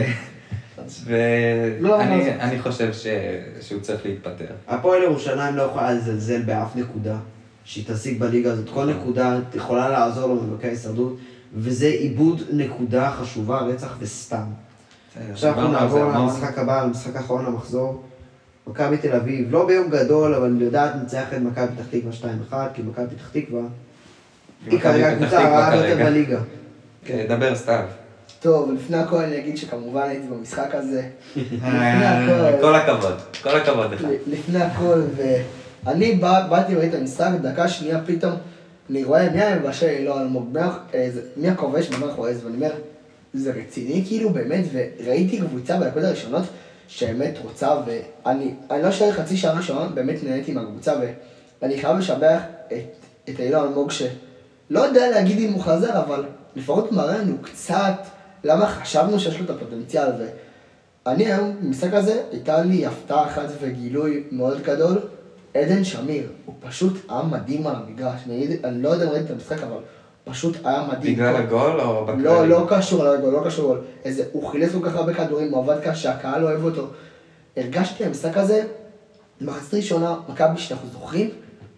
ואני חושב שהוא צריך להתפטר.
הפועל ירושלים לא יכולה לזלזל באף נקודה שהיא תשיג בליגה הזאת. כל נקודה יכולה לעזור לו במאבקי ההישרדות, וזה עיבוד נקודה חשובה, רצח וסתם. עכשיו אנחנו נעבור למשחק הבא, למשחק האחרון למחזור. מכבי תל אביב, לא ביום גדול, אבל יודעת נצח את מכבי פתח תקווה שתיים אחת, כי מכבי פתח תקווה היא כרגע קבוצה הרעה ביותר בליגה.
דבר סתיו.
טוב, לפני הכל אני אגיד שכמובן הייתי במשחק הזה.
כל הכבוד, כל הכבוד לך.
לפני הכל, ואני באתי וראיתי את המשחק, דקה שנייה פתאום, אני רואה מי המבשל, לא אלמוג, מי הכובש במערך חורז, ואני אומר, זה רציני כאילו באמת, וראיתי קבוצה בדקות הראשונות שבאמת רוצה, ואני לא שואל חצי שעה ראשונה, באמת נהניתי מהקבוצה, ואני חייב לשבח את אילון אלמוג, שלא יודע להגיד אם הוא חזר, אבל לפחות מראה לנו קצת למה חשבנו שיש לו את הפוטנציאל, ואני היום, במשחק הזה, הייתה לי הפתעה אחת וגילוי מאוד גדול, עדן שמיר, הוא פשוט היה מדהים על המגרש, אני לא יודע אם ראיתי את המשחק, אבל פשוט היה מדהים.
בגלל הגול או בכלל?
לא, לא קשור לגול, לא קשור לגול. איזה, הוא חילץ כל כך הרבה כדורים, הוא עבד קשה, הקהל אוהב אותו. הרגשתי המשחק הזה, מחצית ראשונה, מכבי שאנחנו זוכרים,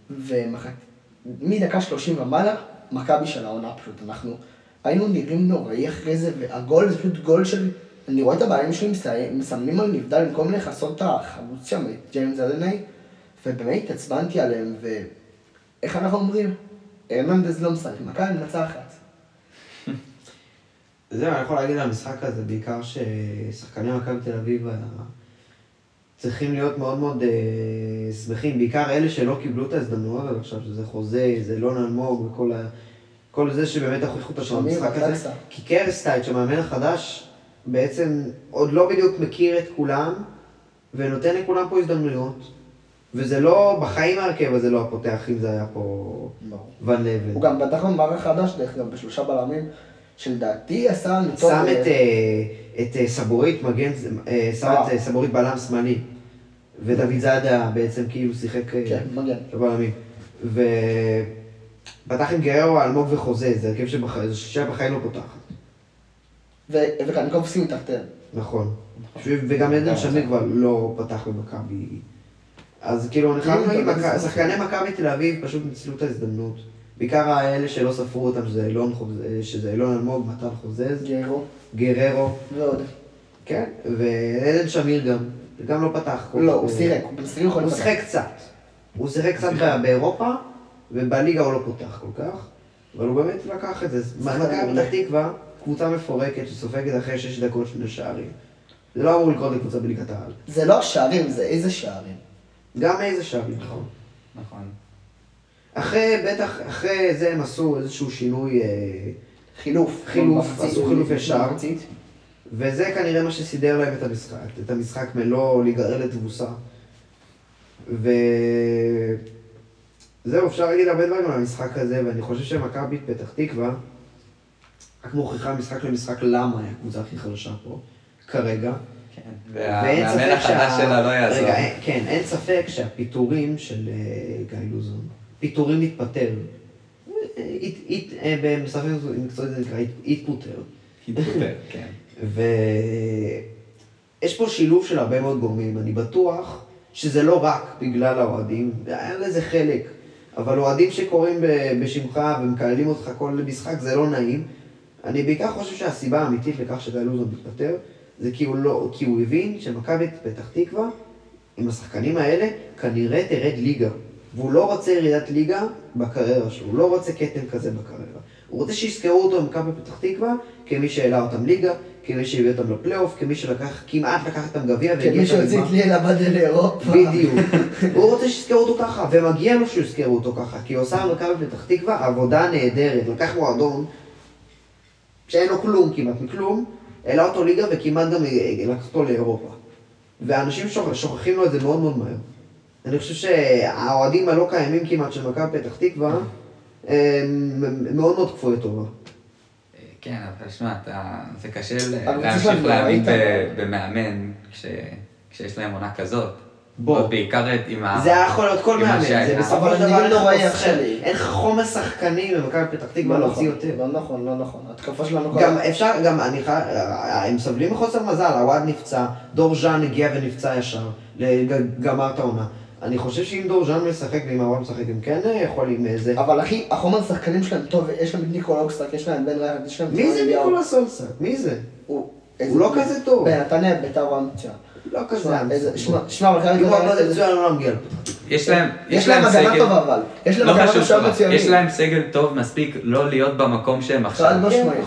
ומדקה שלושים ומעלה, מכבי של העונה פשוט. אנחנו היינו נראים נוראי אחרי זה, והגול זה פשוט גול של... אני רואה את הבעלים שלי מסמנים על נבדל, במקום לחסות את החלוץ שם, את ג'יימס אלדני, ובאמת התעצבנתי עליהם, ואיך אנחנו אומרים? הרננדז לא משחק, מכבי מנצחת.
זהו, אני יכול להגיד על המשחק הזה, בעיקר ששחקני מכבי תל אביב צריכים להיות מאוד מאוד שמחים, בעיקר אלה שלא קיבלו את ההזדמנויות, אבל עכשיו שזה חוזה, זה לא נלמוג וכל ה... כל זה שבאמת הוכיחו את המשחק הזה. כי קרסטייט, שהמאמן החדש, בעצם עוד לא בדיוק מכיר את כולם, ונותן לכולם פה הזדמנויות. וזה לא, בחיים ההרכב הזה לא הפותח, אם זה היה פה ון לבן.
הוא גם בטח במערך חדש, דרך גם בשלושה בלמים, שלדעתי עשה
טוב. שם את סבורית מגן, שם את סבורית בלם שמאלי, ודוד זאדה בעצם כאילו שיחק בלמים. ופתח עם גררו, אלמוג וחוזה, זה הרכב שבחיים לא פותחת.
וקניקובסקי מתחתיהם.
נכון. וגם עדן שמיר כבר לא פתח במכבי. אז כאילו, אני חייב להגיד, שחקני מכבי תל אביב פשוט ניצלו את ההזדמנות. בעיקר האלה שלא ספרו אותם, שזה אילון אלמוג, מתן חוזז.
גררו.
גררו.
ועוד.
כן, ועדן שמיר גם. גם לא פתח.
לא, הוא סירק.
הוא שיחק קצת. הוא שיחק קצת באירופה, ובליגה הוא לא פותח כל כך. אבל הוא באמת לקח את זה. מכבי פתח תקווה, קבוצה מפורקת שסופגת אחרי שש דקות שני שערים. זה לא אמור לקרות לקבוצה בליגת העל.
זה לא שערים, זה איזה שערים.
גם איזה שערים, נכון.
נכון.
אחרי, בטח, אחרי זה הם עשו איזשהו שינוי...
חילוף.
חילוף, עשו חילוף ישר. וזה כנראה מה שסידר להם את המשחק. את המשחק מלא להיגרר לתבוסה. וזהו, אפשר להגיד הרבה דברים על המשחק הזה, ואני חושב שמכבי פתח תקווה, רק מוכיחה משחק למשחק למה היא הקבוצה הכי חלשה פה, כרגע.
והמאמן החדש שלה לא יעזור.
רגע, כן, אין ספק שהפיטורים של גיא לוזון, פיטורים מתפטר. בספרים מקצועית זה נקרא התפוטר.
התפוטר, כן.
ויש פה שילוב של הרבה מאוד גורמים, אני בטוח שזה לא רק בגלל האוהדים, אין לזה חלק, אבל אוהדים שקוראים בשמך ומקללים אותך כל משחק זה לא נעים. אני בעיקר חושב שהסיבה האמיתית לכך שגיא לוזון מתפטר, זה כי הוא, לא, כי הוא הבין שמכבי פתח תקווה, עם השחקנים האלה, כנראה תרד ליגה. והוא לא רוצה ירידת ליגה בקריירה שלו, הוא לא רוצה קטן כזה בקריירה. הוא רוצה שיזכרו אותו במכבי פתח תקווה, כמי שהעלה אותם ליגה, כמי שהביא אותם לפלייאוף, כמי שלקח, כמעט לקח אותם גביע.
כמי שהוציא את ליאל עבד לאירופה.
בדיוק. הוא רוצה שיזכרו אותו ככה, ומגיע לו שיזכרו אותו ככה, כי הוא עושה במכבי פתח תקווה עבודה נהדרת. לקח מועדון שאין לו כלום כמעט מכלום, העלה אותו ליגה וכמעט גם לקח אותו לאירופה. ואנשים שוכחים לו את זה מאוד מאוד מהר. אני חושב שהאוהדים הלא קיימים כמעט של מכבי פתח תקווה, הם מאוד מאוד כפוי טובה.
כן, אבל שמע, זה קשה להמשיך להאמין במאמן כשיש להם עונה כזאת. בוא. בעיקר עם ה...
זה יכול להיות כל מאמן, זה בסופו של דבר אין לך חומר שחקנים במכבי פתח תקווה להוציא יותר.
לא נכון, לא נכון. התקפה שלנו...
גם אפשר, גם אני חייב, הם סובלים מחוסר מזל, הוואד נפצע, דור ז'אן הגיע ונפצע ישר, גמר את העונה. אני חושב שאם דור ז'אן משחק ואם הוואד משחק, הם כן יכולים איזה...
אבל אחי, החומר שחקנים שלהם טוב, יש להם את ניקולה אוקסטק, יש להם בן רייכרד, יש להם...
מי זה ניקולה סולסק? מי זה? הוא לא כזה טוב.
בנתניה בית"ר הוא המציא.
לא כזה.
שמע, אבל כרגע...
הוא לא מצוין, הוא לא מגיע.
יש להם...
יש להם הגנה טובה אבל. יש להם הגנה טובה מצוינים.
יש להם סגל טוב מספיק לא להיות במקום שהם עכשיו.
חד משמעית.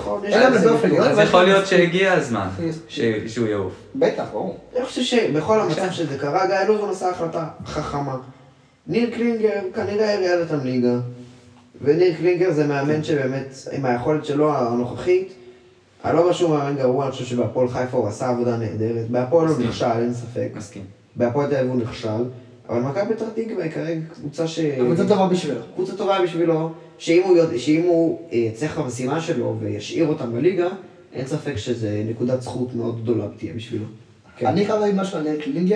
אז יכול להיות שהגיע הזמן שהוא יעוף.
בטח, ברור.
אני חושב שבכל המצב שזה קרה, גיא לוזון עשה החלטה חכמה. ניר קלינגר כנראה הריאל את הליגה. וניר קלינגר זה מאמן שבאמת, עם היכולת שלו הנוכחית, אני לא משהו מאמן גרוע, אני חושב שבהפועל חיפה הוא עשה עבודה נהדרת. בהפועל הוא נכשל, אין ספק.
מסכים.
בהפועל תל אביב הוא נכשל. אבל מכבי פתח תקווה היא כרגע קבוצה ש...
קבוצה טובה בשבילו.
קבוצה טובה בשבילו, שאם הוא, יודע, שאם הוא יצליח במשימה שלו וישאיר אותם בליגה, אין ספק שזה נקודת זכות מאוד גדולה תהיה בשבילו.
כן. אני חייב להגיד משהו על ניר קלינגר,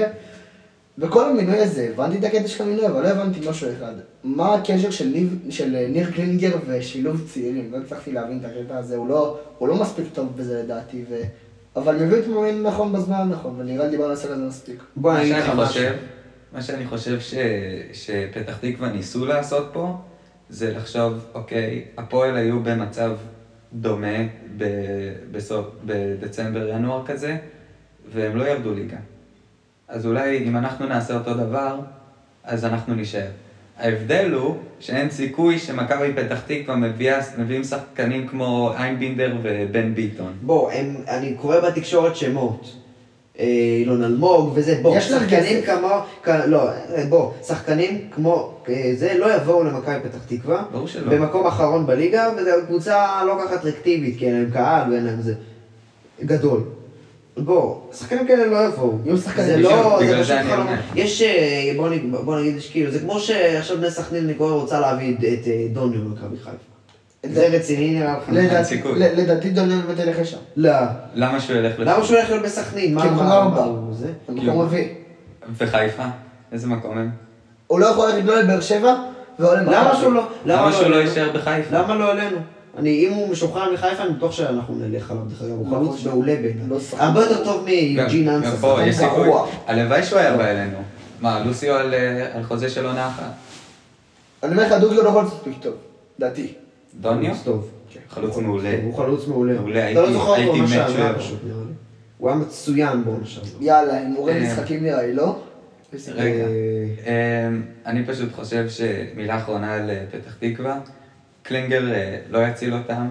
וכל המינוי הזה, הבנתי את הקטע של המינוי, אבל לא הבנתי משהו אחד. מה הקשר של, ניב, של ניר קלינגר ושילוב צעירים? לא הצלחתי להבין את הקטע הזה, הוא לא, הוא לא מספיק טוב בזה לדעתי, ו... אבל מביא את המאמן נכון בזמן הנכון, ונראה לי דיברנו על זה מספיק.
בוא אני אגיד לך משהו.
מה שאני חושב ש... שפתח תקווה ניסו לעשות פה, זה לחשוב, אוקיי, הפועל היו במצב דומה ב... בסוף, בדצמבר, ינואר כזה, והם לא ירדו ליגה. אז אולי אם אנחנו נעשה אותו דבר, אז אנחנו נשאר. ההבדל הוא שאין סיכוי שמכבי פתח תקווה מביאים שחקנים כמו איינבינדר ובן ביטון.
בוא, הם, אני קורא בתקשורת שמות. אילון אלמוג וזה, בוא, שחקנים כמו, לא, בוא, שחקנים כמו זה לא יבואו למכבי פתח תקווה, במקום אחרון בליגה, וזו קבוצה לא ככה אטרקטיבית, כי אין להם קהל ואין להם זה גדול. בוא, שחקנים כאלה לא יבואו, זה לא, זה פשוט חלום, יש, בוא נגיד, כאילו, זה כמו שעכשיו בני סכנין נקרא רוצה להביא את דוניו למכבי חיפה. זה רציני נראה לך.
לדעתי דוניו באמת ילך לשם.
לא.
למה שהוא ילך לשם?
למה שהוא ילך להיות בסכנין?
כי הוא ארבע. מקום רביעי.
וחיפה? איזה מקום הם?
הוא לא יכול ללכת לא לבאר שבע ועולה מכבי.
למה שהוא לא?
למה שהוא לא יישאר בחיפה?
למה לא אלינו? אני, אם הוא משוחרר מחיפה, אני בטוח שאנחנו נלך עליו, דרך אגב, הוא חלוץ מעולה בעיניי. הרבה יותר טוב מיוג'ין אנסה.
בוא, יש סיכוי. הלוואי שהוא היה בא אלינו. מה, לוסיו על חוזה של עונה אחת?
אני אומר לך, דוגיו לא יכול לעשות טוב, דעתי.
דוניו?
טוב.
חלוץ מעולה.
הוא חלוץ מעולה.
מעולה,
אתה לא זוכר אותו
הייתי
משל,
מת
מה פשוט נראה לי. הוא היה מצוין בו משל.
יאללה, עם מורה משחקים נראה לי, לא?
רגע, אני פשוט חושב שמילה אחרונה על פתח תקווה, קלינגר לא יציל אותם.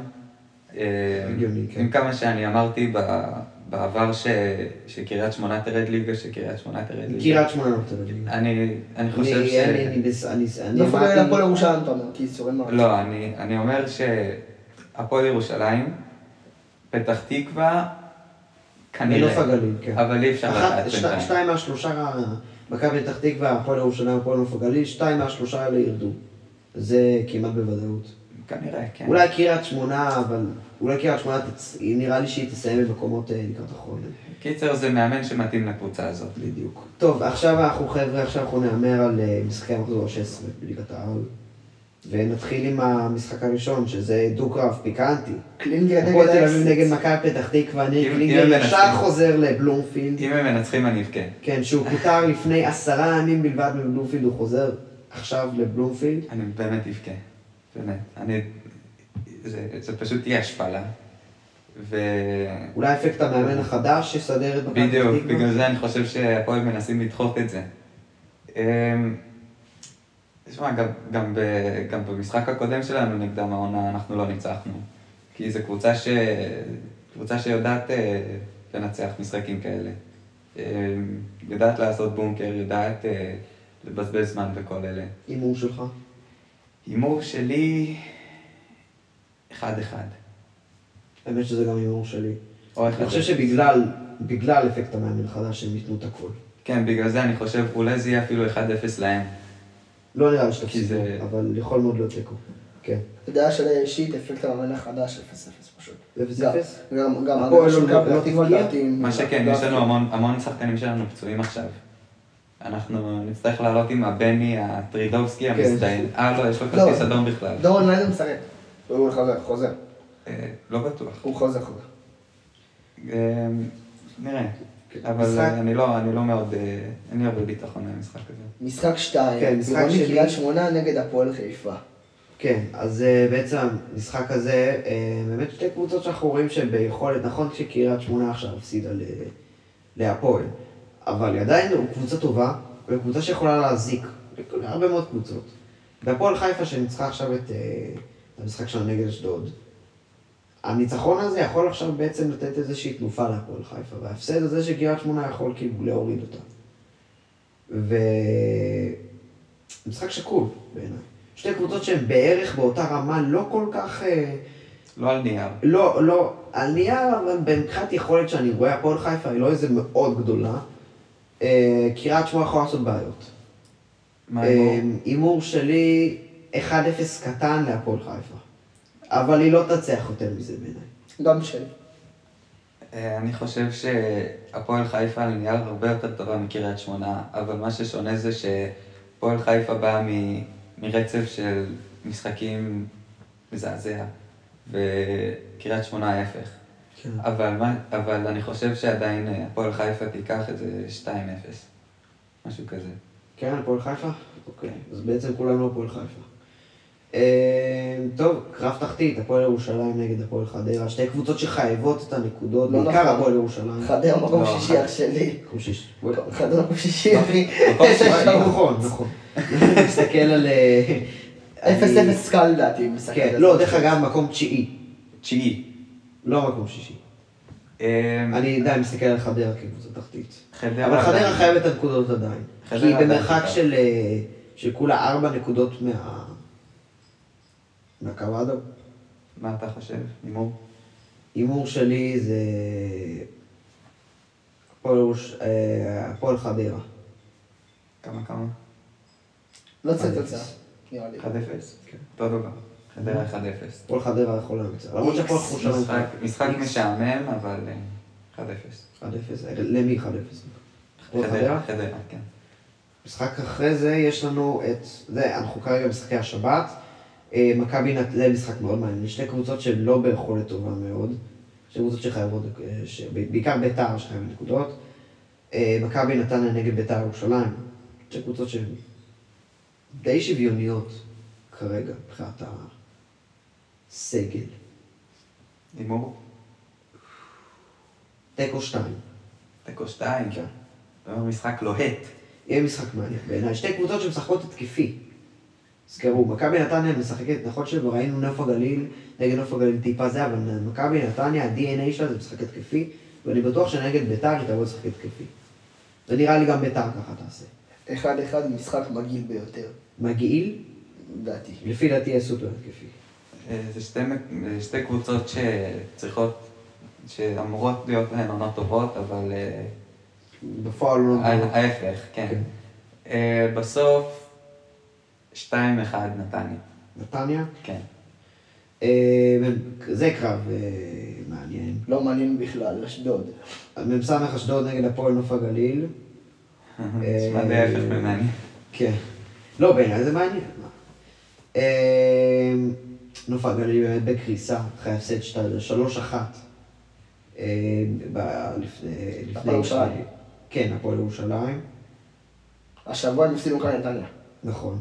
עם כמה שאני אמרתי בעבר שקריית שמונה תרד ליגה, שקריית שמונה תרד ליגה.
קריית שמונה לא תרד ליגה.
אני חושב ש...
לא פוגע להפועל ירושלים, אתה אומר, כי איסורים מאוד.
לא, אני אומר שהפועל ירושלים, פתח תקווה, כנראה.
מנוף הגליל, כן.
אבל אי אפשר לדעת בינתיים.
שתיים מהשלושה, מכבי פתח תקווה, הפועל ירושלים, הפועל נוף הגליל, שתיים מהשלושה האלה ירדו. זה כמעט בוודאות.
כנראה, כן.
אולי קריית שמונה, אבל אולי קריית שמונה, נראה לי שהיא תסיים במקומות לקראת החול.
קיצר, זה מאמן שמתאים לקבוצה הזאת.
בדיוק. טוב, עכשיו אנחנו חבר'ה, עכשיו אנחנו נאמר על משחקי המחזור ה-שש עשרה בליגת העל. ונתחיל עם המשחק הראשון, שזה דו-קרב פיקנטי.
קלינגר נגד
הפועל תל אביב נגד מכבי פתח תקווה, ניר קלינגר ישר חוזר לבלומפילד.
אם הם מנצחים אני אבכה.
כן, שהוא פוטר לפני עשרה ימים בלבד מבלומפילד, הוא חוזר עכשיו לבלומפילד.
אני באמת אבכה. באמת, אני... זה, זה פשוט תהיה השפלה. ו...
אולי אפקט המאמן החדש שסדר את מכבי פתח תקווה?
בדיוק, בגלל זה אני חושב שהפועל מנסים לדחות את זה. תשמע, גם, גם, ב, גם במשחק הקודם שלנו נגדם העונה אנחנו לא ניצחנו. כי זו קבוצה, ש... קבוצה שיודעת אה, לנצח משחקים כאלה. אה, יודעת לעשות בונקר, יודעת אה, לבזבז זמן וכל אלה.
הימור שלך?
הימור שלי... אחד אחד.
האמת שזה גם הימור שלי.
או
אני חושב שבגלל בגלל אפקט המאמן החדש הם ייתנו את הכל.
כן, בגלל זה אני חושב, אולי זה יהיה אפילו אחד אפס להם.
לא נראה לי
כי
שתפסידו,
זה-
אבל יכול מאוד להיות תיקו. כן.
הדעה שלי אישית, אפקט המאמן החדש, אפס אפס פשוט.
אפס
גם-
אפס?
גם, גם,
הפועל
אגב,
לא-
שוקה
לא
פרטיב
תפקיע?
לדעתי,
מה שכן,
לא
יש לנו
אפילו.
המון, המון שחקנים שלנו פצועים עכשיו. אנחנו נצטרך לעלות עם הבני הטרידובסקי המזדיין. אה, לא, יש לו
לא.
כרטיס אדום בכלל.
דורון ליידר משחק. הוא חוזר, חוזר.
אה, לא בטוח.
הוא חוזר, חוזר.
אה, נראה.
כן,
אבל
משחק-
אה, אני לא, אני לא מאוד, אה, אין לי הרבה ביטחון מהמשחק הזה.
משחק שתיים,
כן, משחק
עירוני
שלי-
קריית שמונה נגד הפועל חיפה.
כן, אז אה, בעצם המשחק הזה, אה, באמת שתי קבוצות שאנחנו רואים שביכולת, נכון שקריית שמונה עכשיו הפסידה ל- להפועל, אבל היא עדיין הוא קבוצה טובה, וקבוצה שיכולה להזיק, להרבה מאוד קבוצות. והפועל חיפה שניצחה עכשיו את אה, את המשחק שלה נגד אשדוד, הניצחון הזה יכול עכשיו בעצם לתת איזושהי תנופה להפועל חיפה, וההפסד הזה שקריית שמונה יכול כאילו להוריד אותה. ומשחק שקול בעיניי. שתי קבוצות שהן בערך באותה רמה, לא כל כך, אה,
לא על נייר.
לא, לא, על נייר, אבל מבחינת יכולת שאני רואה, הפועל חיפה היא לא איזה מאוד גדולה. אה, קריית שמונה יכולה לעשות בעיות.
מה ההימור?
אה, הימור שלי אחד אפס קטן להפועל חיפה. אבל היא לא תצליח יותר מזה בעיניי.
גם שלי.
אה, אני חושב שהפועל חיפה על נייר הרבה יותר טובה מקריית שמונה, אבל מה ששונה זה שהפועל חיפה באה מ- מרצף של משחקים מזעזע, וקריית שמונה ההפך.
כן.
אבל, מה, אבל אני חושב שעדיין אה, הפועל חיפה תיקח איזה שתיים אפס, משהו כזה.
כן, הפועל חיפה? אוקיי, אז בעצם כולם לא הפועל חיפה. אה, טוב, קרב תחתית, הפועל ירושלים נגד הפועל חדרה, שתי קבוצות שחייבות את הנקודות,
לא
בעיקר
נכון.
הפועל ירושלים.
חדרה מקום
לא,
שישי
חד-
אח שלי.
מקום שיש.
חדרה מקום שישי אחי.
מקום
איזה
שישי,
שעות.
נכון, נכון. אני מסתכל על... אה,
אפס
אני-
אפס קל לדעתי. משחק
כן,
הזה.
לא, דרך אגב, מקום תשיעי,
תשיעי.
לא מקום שישי.
אה,
אני די מסתכל על חדרה כקבוצה תחתית.
חדרה
אבל חדרה
עדיין-
חייבת את הנקודות עדיין.
חדרה
כי היא
עדיין
במרחק
תיקח.
של, אה, של כולה ארבע נקודות מה... מהקו האדום.
מה אתה חושב? הימור?
הימור שלי זה... הפועל ירוש- אה, הפועל חדרה.
כמה כמה?
לא צריך
אחד
תוצאה.
אפס.
נראה לי.
אחד אפס?
כן.
אותו דבר. חדרה אחד אפס.
הפועל חדרה יכול לנצח. למרות שהפועל ירושלים...
משחק- משחק
איקס.
משעמם, אבל אה, אחד אפס.
אחד אפס. למי אחד אפס? הפועל
חדרה,
חדרה?
חדרה, כן.
משחק אחרי זה יש לנו את... זה, אנחנו כרגע משחקי השבת. אה, מכבי נת... זה משחק מאוד מעניין. שתי קבוצות שהן לא ביכולת טובה מאוד. שתי קבוצות שחייבות... אה, ש... בעיקר בית"ר שחייבים נקודות. אה, מכבי נתניה נגד בית"ר ירושלים. שתי קבוצות שהן די שוויוניות כרגע, מבחינת הסגל.
הימור?
תיקו שתיים.
תיקו שתיים.
כן.
זה אומר משחק לוהט.
יהיה משחק מעניין בעיניי. שתי קבוצות שמשחקות התקפי. זכרו, מכבי נתניה משחקת, נכון שראינו נוף הגליל, נגד נוף הגליל טיפה זה, אבל מכבי נתניה, ה-די אן איי שלה זה משחק התקפי, ואני בטוח שנגד בית"ר היא תבוא לשחק התקפי. ונראה לי גם בית"ר ככה תעשה.
אחד אחד משחק מגעיל ביותר.
מגעיל,
לדעתי.
לפי דעתי יהיה סופר התקפי.
אה, זה שתי, מק- שתי קבוצות שצריכות, שאמורות להיות להן עונות טובות, אבל אה,
בפועל לא
ה-
נותנים.
ההפך, כן.
כן.
אה, בסוף, שתיים אחד נתניה.
נתניה,
כן.
אה, זה קרב אה, מעניין.
לא מעניין בכלל, אשדוד.
מ"ס אשדוד נגד הפועל נוף הגליל.
נשמע די ההפך ממני.
כן. לא, בעיניי זה מעניין. מה? אה, נוף הגליל באמת בקריסה, אחרי הפסד שתיים, שלוש אחת. אה, ב- לפני... לפני-
הפועל ירושלים.
כן, הפועל ירושלים.
השבוע הם הפסידו כאן נתניה.
נכון.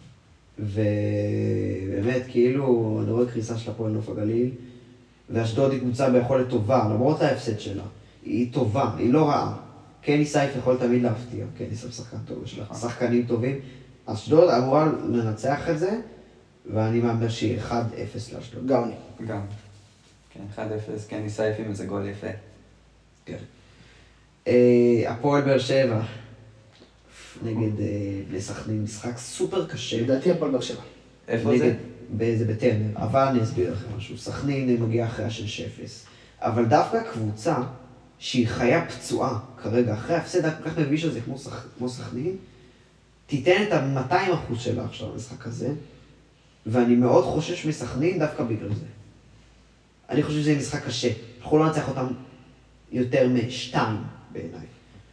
ובאמת, כאילו, אני רואה קריסה של הפועל נוף הגליל, ואשדוד היא קבוצה ביכולת טובה, למרות ההפסד שלה. היא טובה, היא לא רעה. קני סייף יכול תמיד להפתיע, קני סייף שחקן טוב, יש לה שחקנים טובים. אשדוד אמורה לנצח את זה, ואני מאמר שהיא אחד אפס לאשדוד.
גם אני.
גם. כן, אחד אפס, כן, ניסייף עם איזה גול יפה.
כן. אה, הפועל באר שבע, נגד אה, בני סכנין, משחק סופר קשה.
לדעתי הפועל באר שבע.
איפה זה?
נגד, באיזה בטרנר, אבל אני אסביר לכם משהו. סכנין מגיעה אחרי השש אפס. אבל דווקא קבוצה שהיא חיה פצועה כרגע, אחרי ההפסד כל כך מביש הזה כמו, סכ... כמו סכנין, תיתן את ה-מאתיים אחוז שלה עכשיו במשחק הזה, ואני מאוד חושש מסכנין דווקא בגלל זה. אני חושב שזה משחק קשה. אנחנו לא נצליח אותם יותר משתיים בעיניי.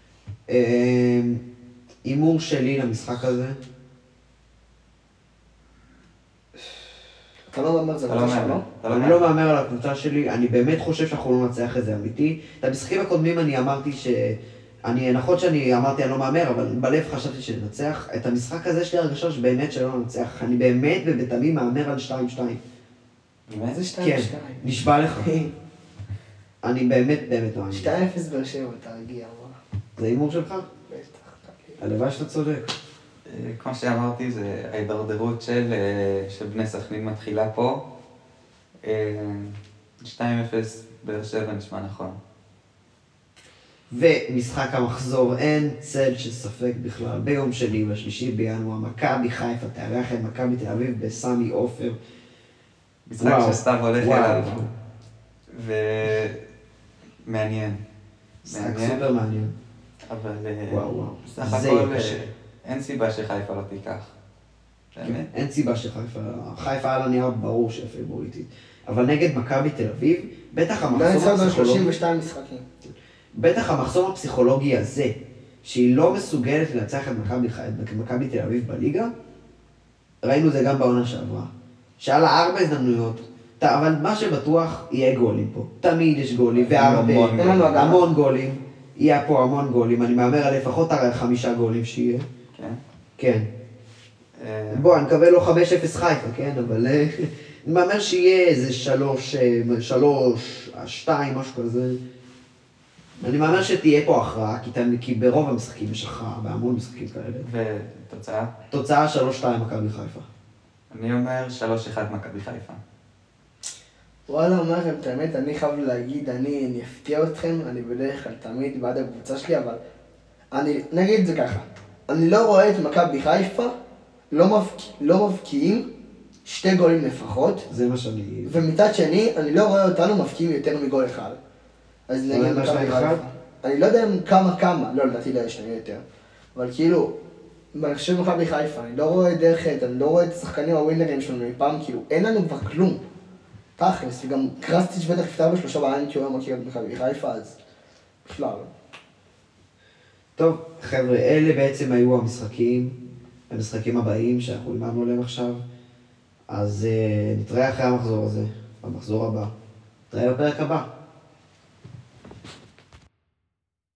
אימור שלי למשחק הזה.
אתה לא מאמר, זה
אתה לא
קבוצה שלו?
מאמר.
אני לא מאמר על הקבוצה שלי, אני באמת חושב שאנחנו לא נצליח את זה אמיתי. את המשחקים הקודמים אני אמרתי ש... אני, נכון שאני אמרתי אני לא מאמר, אבל בלב חשבתי שננצח. את המשחק הזה יש לי הרגשה שבאמת שלא ננצח. אני באמת ובתמים מאמר על שתיים שתיים.
באמת?
זה שתיים
כן,
שתיים.
נשבע לך. אני באמת באמת מאמין.
שתיים אפס באר שבע, תרגיע, מה?
זה הימור שלך?
בטח.
הלוואי שאתה צודק.
אה, כמו שאמרתי, זה ההידרדרות של, אה, של בני סכנין מתחילה פה. אה, שתיים אפס באר שבע נשמע נכון.
ומשחק המחזור, אין צל של ספק בכלל. ביום שני, בשלישי בינואר, מכבי חיפה תארח את מכבי תל אביב בסמי עופר.
משחק
וואו,
שסתיו הולך
וואו.
אליו. ומעניין.
משחק סופר מעניין.
אבל אה,
וואו, וואו.
בסך
זה
הכל
קשה.
אה, אין סיבה שחיפה לא תיקח. באמת.
אין סיבה שחיפה, חיפה על הנייר ברור שהפייבוריטית. אבל נגד מכבי תל אביב, בטח
לא
המחסום
ניצחנו
הפסיכולוגי,
שלושים ושתיים משחקים.
בטח המחסום הפסיכולוגי הזה, שהיא לא מסוגלת לנצח את מכבי חיפה, את מכבי תל אביב בליגה, ראינו את זה גם בעונה שעברה. שהיה לה ארבע הזדמנויות, ת- אבל מה שבטוח, יהיה גולים פה. תמיד יש גולים, והרבה,
המון
אין לנו הגנה.
המון גולים. יהיה פה המון גולים, אני מהמר על לפחות על חמישה גולים שיהיה.
כן.
כן.
אה,
בוא, אני מקווה לא חמש אפס חיפה, כן? אבל אה, אני מאמר שיהיה איזה שלוש, אה, שלוש, שתיים, משהו כזה. אני מאמר שתהיה פה הכרעה, כי, ת- כי ברוב המשחקים יש הכרעה, בהמון משחקים כאלה.
ותוצאה?
תוצאה שלוש שתיים מכבי חיפה.
אני אומר שלוש אחד מכבי חיפה.
וואלה, אומר לכם את האמת, אני חייב להגיד, אני, אני אפתיע אתכם, אני בדרך כלל תמיד בעד הקבוצה שלי, אבל אני, נגיד את זה ככה, אני לא רואה את מכבי חיפה, לא, מבק, לא מבקיעים שתי גולים לפחות,
זה מה שאני...
ומצד שני, אני לא רואה אותנו מבקיעים יותר מגול אחד. אז נגיד
מה,
מכבי
שניים אחד?
חיפה. אני לא יודע אם כמה כמה, לא, לדעתי לא יש לנו יותר. אבל כאילו, אני חושב מכבי חיפה, אני לא רואה דרך, אני לא רואה את השחקנים הווינרים שלנו מפעם, כאילו, אין לנו כבר כלום. תכלס, וגם קרסטיץ' בטח יפתר בשלושה בעין כי הוא מכיר את מכבי חיפה, אז בכלל.
טוב, חבר'ה, אלה בעצם היו המשחקים, המשחקים הבאים שאנחנו לימדנו עליהם עכשיו. אז uh, נתראה אחרי המחזור הזה, במחזור הבא. נתראה בפרק הבא.